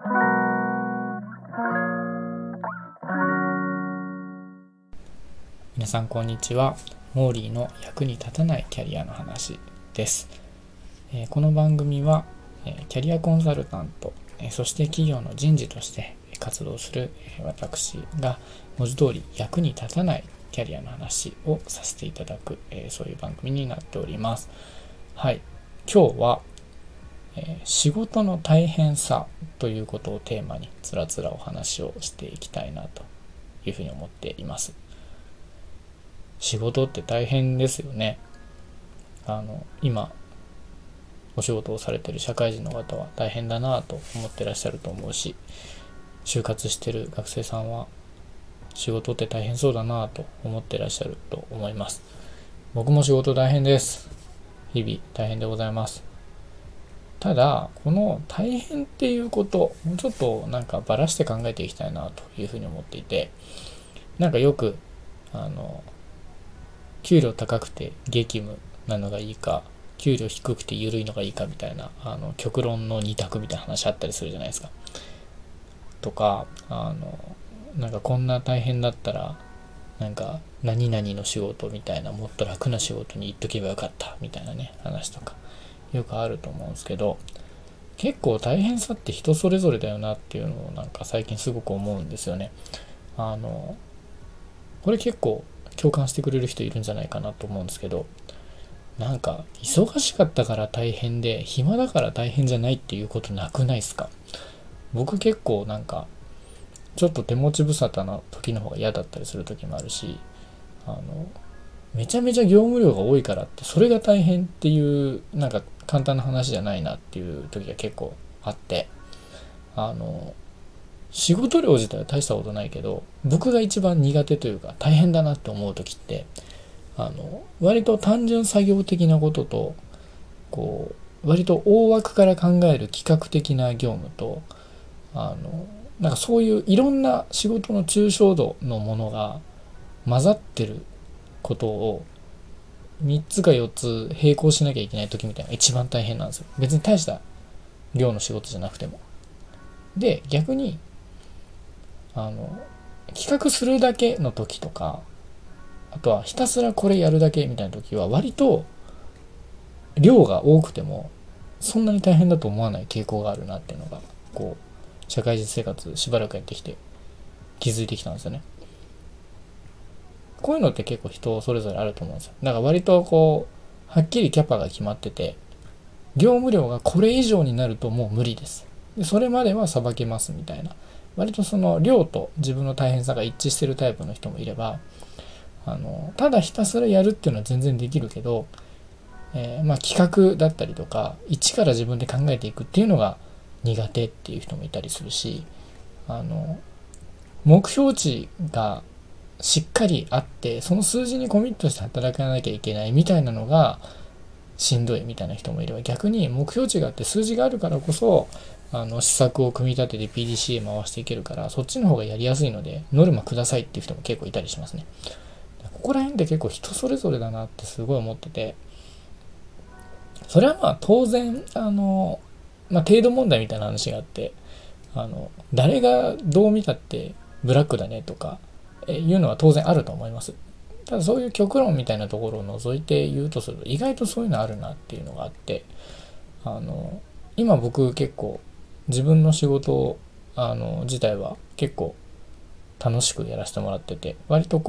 皆さんこんにちは。モーリーの役に立たないキャリアの話です。この番組はキャリアコンサルタント、そして企業の人事として活動する私が文字通り役に立たないキャリアの話をさせていただく、そういう番組になっております。はい、今日は仕事の大変さということをテーマにつらつらお話をしていきたいなというふうに思っています。仕事って大変ですよね。今お仕事をされている社会人の方は大変だなと思ってらっしゃると思うし、就活している学生さんは仕事って大変そうだなと思ってらっしゃると思います。僕も仕事大変です。日々大変でございます。ただこの大変っていうこともうちょっとばらして考えていきたいなというふうに思っていて、よく給料高くて激務なのがいいか、給料低くて緩いのがいいかみたいな極論の二択みたいな話あったりするじゃないですか。とかこんな大変だったら何々の仕事みたいな、もっと楽な仕事に行っとけばよかったみたいなね話とかよくあると思うんですけど、結構大変さって人それぞれだよなっていうのを最近すごく思うんですよね。これ結構共感してくれる人いるんじゃないかなと思うんですけど、忙しかったから大変で暇だから大変じゃないっていうことなくないですか？僕結構ちょっと手持ち無沙汰な時の方が嫌だったりする時もあるし、めちゃめちゃ業務量が多いからってそれが大変っていう簡単な話じゃないなっていう時が結構あって、仕事量自体は大したことないけど、僕が一番苦手というか大変だなって思う時って割と単純作業的なことと、割と大枠から考える企画的な業務と、そういういろんな仕事の抽象度のものが混ざってることを3つか4つ並行しなきゃいけない時みたいなのが一番大変なんですよ。別に大した量の仕事じゃなくても。で逆に企画するだけの時とか、あとはひたすらこれやるだけみたいな時は割と量が多くてもそんなに大変だと思わない傾向があるなっていうのが社会人生活しばらくやってきて気づいてきたんですよね。こういうのって結構人それぞれあると思うんですよ。割とはっきりキャパが決まってて、業務量がこれ以上になるともう無理です。でそれまではさばけますみたいな、割とその量と自分の大変さが一致してるタイプの人もいれば、ただひたすらやるっていうのは全然できるけど、企画だったりとか一から自分で考えていくっていうのが苦手っていう人もいたりするし、目標値がしっかりあってその数字にコミットして働かなきゃいけないみたいなのがしんどいみたいな人もいれば、逆に目標値があって数字があるからこそ施策を組み立てて PDCA 回していけるから、そっちの方がやりやすいのでノルマくださいっていう人も結構いたりしますね。ここら辺って結構人それぞれだなってすごい思ってて、それは当然程度問題みたいな話があって、誰がどう見たってブラックだねとかいうのは当然あると思います。ただそういう極論みたいなところを除いて言うとすると意外とそういうのあるなっていうのがあって、今僕結構自分の仕事自体は結構楽しくやらせてもらってて、割と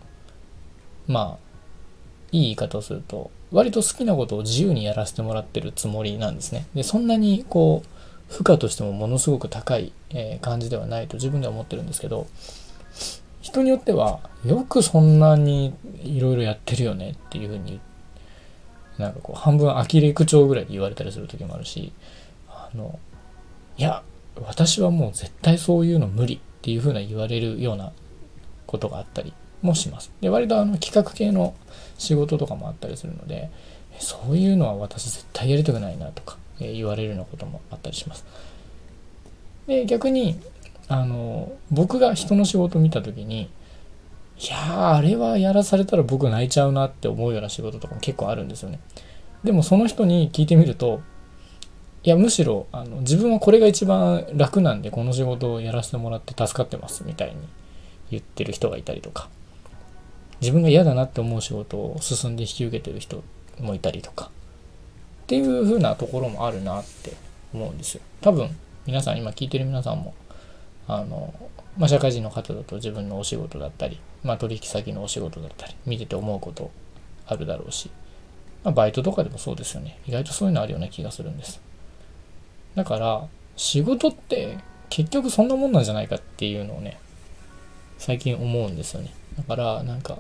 いい言い方をすると割と好きなことを自由にやらせてもらってるつもりなんですね。でそんなに負荷としてもものすごく高い感じではないと自分では思ってるんですけど、人によってはよくそんなにいろいろやってるよねっていうふうに半分呆れ口調ぐらいで言われたりする時もあるし、いや私はもう絶対そういうの無理っていうふうな言われるようなことがあったりもします。で割と企画系の仕事とかもあったりするので、そういうのは私絶対やりたくないなとか言われるようなこともあったりします。で逆に僕が人の仕事を見た時に、いやあれはやらされたら僕泣いちゃうなって思うような仕事とかも結構あるんですよね。でもその人に聞いてみると、 いやむしろ自分はこれが一番楽なんでこの仕事をやらせてもらって助かってますみたいに言ってる人がいたりとか、自分が嫌だなって思う仕事を進んで引き受けてる人もいたりとかっていう風なところもあるなって思うんですよ。多分皆さん、今聞いてる皆さんも社会人の方だと自分のお仕事だったり、取引先のお仕事だったり見てて思うことあるだろうし、バイトとかでもそうですよね。意外とそういうのあるような気がするんです。だから仕事って結局そんなもんなんじゃないかっていうのをね、最近思うんですよね。だから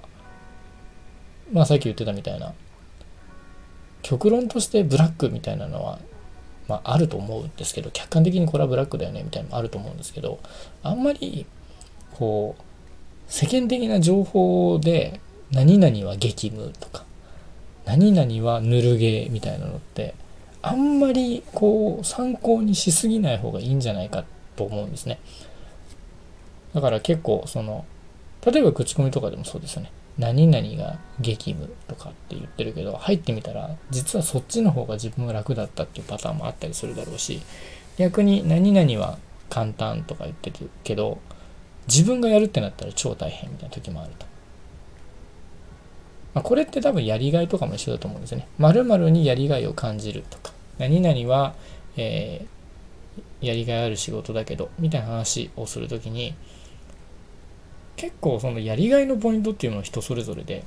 さっき言ってたみたいな極論としてブラックみたいなのはあると思うんですけど、客観的にこれはブラックだよねみたいなのもあると思うんですけど、あんまり世間的な情報で何々は激務とか何々はぬるゲーみたいなのってあんまり参考にしすぎない方がいいんじゃないかと思うんですね。だから結構例えば口コミとかでもそうですよね。何々が激務とかって言ってるけど、入ってみたら実はそっちの方が自分が楽だったっていうパターンもあったりするだろうし、逆に何々は簡単とか言ってるけど自分がやるってなったら超大変みたいな時もあると。これって多分やりがいとかも一緒だと思うんですよね。〇〇にやりがいを感じるとか、何々は、やりがいある仕事だけどみたいな話をするときに、結構そのやりがいのポイントっていうのは人それぞれで、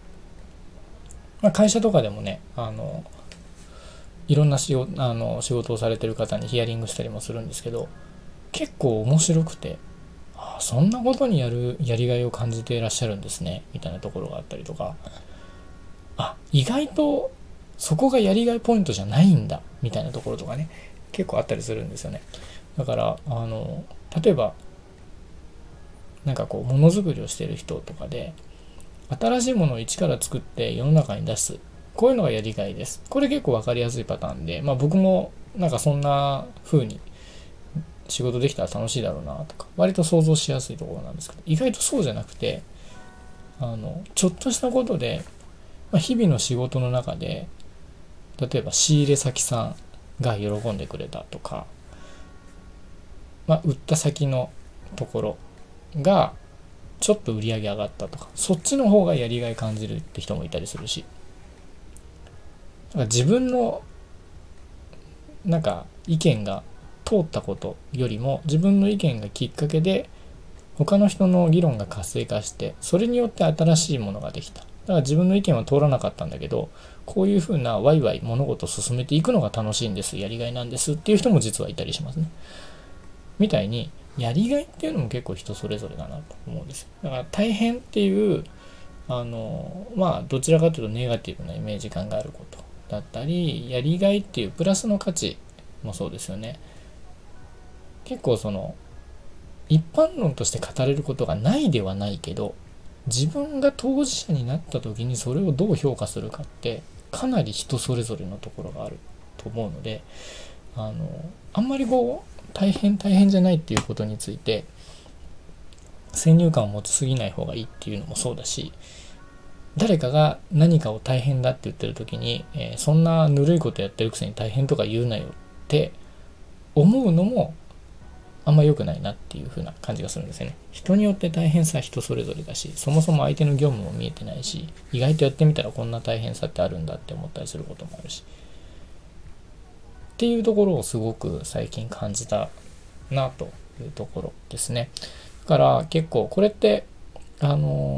会社とかでもね、いろんな仕事をされてる方にヒアリングしたりもするんですけど、結構面白くて、そんなことにやりがいを感じていらっしゃるんですねみたいなところがあったりとか、意外とそこがやりがいポイントじゃないんだみたいなところとかね、結構あったりするんですよね。だから例えばものづくりをしている人とかで新しいものを一から作って世の中に出す、こういうのがやりがいです。これ結構分かりやすいパターンで、僕もそんな風に仕事できたら楽しいだろうなとか割と想像しやすいところなんですけど、意外とそうじゃなくて、ちょっとしたことで、日々の仕事の中で例えば仕入れ先さんが喜んでくれたとか、売った先のところがちょっと売り上げ上がったとか、そっちの方がやりがい感じるって人もいたりするし、だから自分の意見が通ったことよりも自分の意見がきっかけで他の人の議論が活性化して、それによって新しいものができた。だから自分の意見は通らなかったんだけど、こういうふうなワイワイ物事を進めていくのが楽しいんです、やりがいなんですっていう人も実はいたりしますね。みたいにやりがいっていうのも結構人それぞれだなと思うんですよ。だから大変っていうどちらかというとネガティブなイメージ感があることだったり、やりがいっていうプラスの価値もそうですよね。結構一般論として語れることがないではないけど、自分が当事者になった時にそれをどう評価するかってかなり人それぞれのところがあると思うので、あんまり大変じゃないっていうことについて先入観を持ちすぎない方がいいっていうのもそうだし、誰かが何かを大変だって言ってる時に、そんなぬるいことやってるくせに大変とか言うなよって思うのもあんま良くないなっていう風な感じがするんですよね。人によって大変さ人それぞれだし、そもそも相手の業務も見えてないし、意外とやってみたらこんな大変さってあるんだって思ったりすることもあるしっていうところをすごく最近感じたなというところですね。だから結構これって他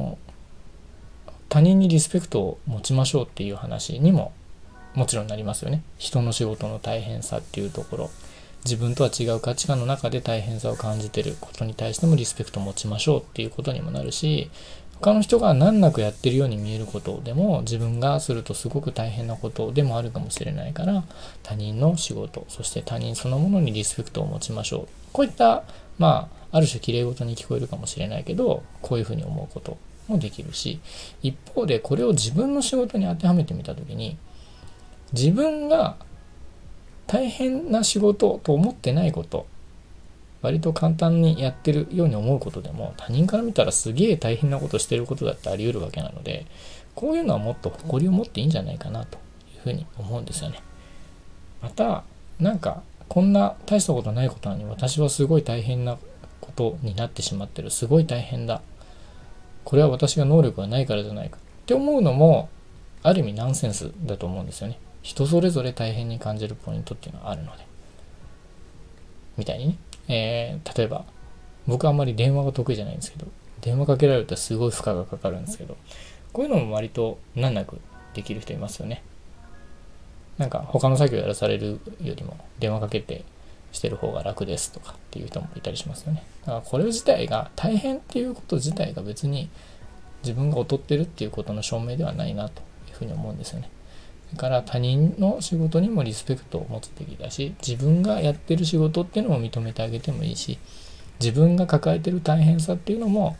人にリスペクトを持ちましょうっていう話にももちろんなりますよね。人の仕事の大変さっていうところ、自分とは違う価値観の中で大変さを感じていることに対してもリスペクトを持ちましょうっていうことにもなるし、他の人が難なくやってるように見えることでも自分がするとすごく大変なことでもあるかもしれないから、他人の仕事、そして他人そのものにリスペクトを持ちましょう。こういったある種綺麗事に聞こえるかもしれないけど、こういうふうに思うこともできるし、一方でこれを自分の仕事に当てはめてみたときに、自分が大変な仕事と思ってないこと、割と簡単にやってるように思うことでも他人から見たらすげえ大変なことしてることだってあり得るわけなので、こういうのはもっと誇りを持っていいんじゃないかなというふうに思うんですよね。またなんかこんな大したことないことなのに私はすごい大変なことになってしまってる、すごい大変だ、これは私が能力がないからじゃないかって思うのもある意味ナンセンスだと思うんですよね。人それぞれ大変に感じるポイントっていうのはあるので、みたいにね、例えば僕はあんまり電話が得意じゃないんですけど、電話かけられるとすごい負荷がかかるんですけど、こういうのも割と難なくできる人いますよね。なんか他の作業やらされるよりも電話かけてしてる方が楽ですとかっていう人もいたりしますよね。だからこれ自体が大変っていうこと自体が別に自分が劣ってるっていうことの証明ではないなというふうに思うんですよね。だから他人の仕事にもリスペクトを持つべきだし、自分がやってる仕事っていうのも認めてあげてもいいし、自分が抱えてる大変さっていうのも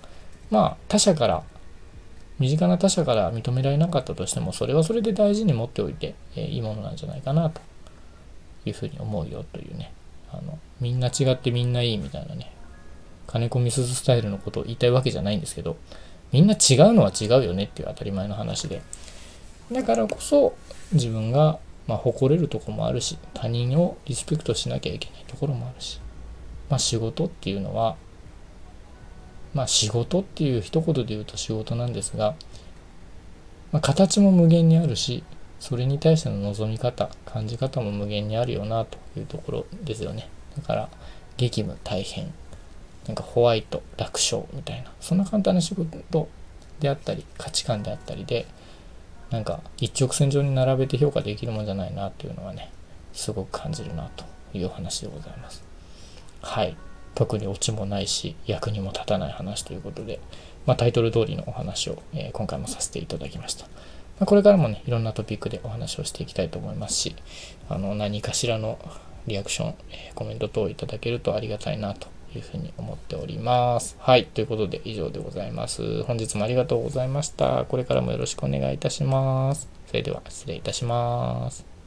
身近な他者から認められなかったとしても、それはそれで大事に持っておいて、いいものなんじゃないかなというふうに思うよというね、みんな違ってみんないいみたいなね、金子みすずスタイルのことを言いたいわけじゃないんですけど、みんな違うのは違うよねっていう当たり前の話で、だからこそ自分が誇れるところもあるし、他人をリスペクトしなきゃいけないところもあるし、仕事っていうのは仕事っていう一言で言うと仕事なんですが、形も無限にあるし、それに対しての望み方、感じ方も無限にあるよなというところですよね。だから激務大変、なんかホワイト楽勝みたいな、そんな簡単な仕事であったり価値観であったりで、なんか一直線上に並べて評価できるもんじゃないなっていうのはね、すごく感じるなという話でございます。はい。特にオチもないし役にも立たない話ということで、タイトル通りのお話を、今回もさせていただきました。これからもね、いろんなトピックでお話をしていきたいと思いますし、何かしらのリアクション、コメント等いただけるとありがたいなというふうに思っております。はい、ということで以上でございます。本日もありがとうございました。これからもよろしくお願いいたします。それでは失礼いたします。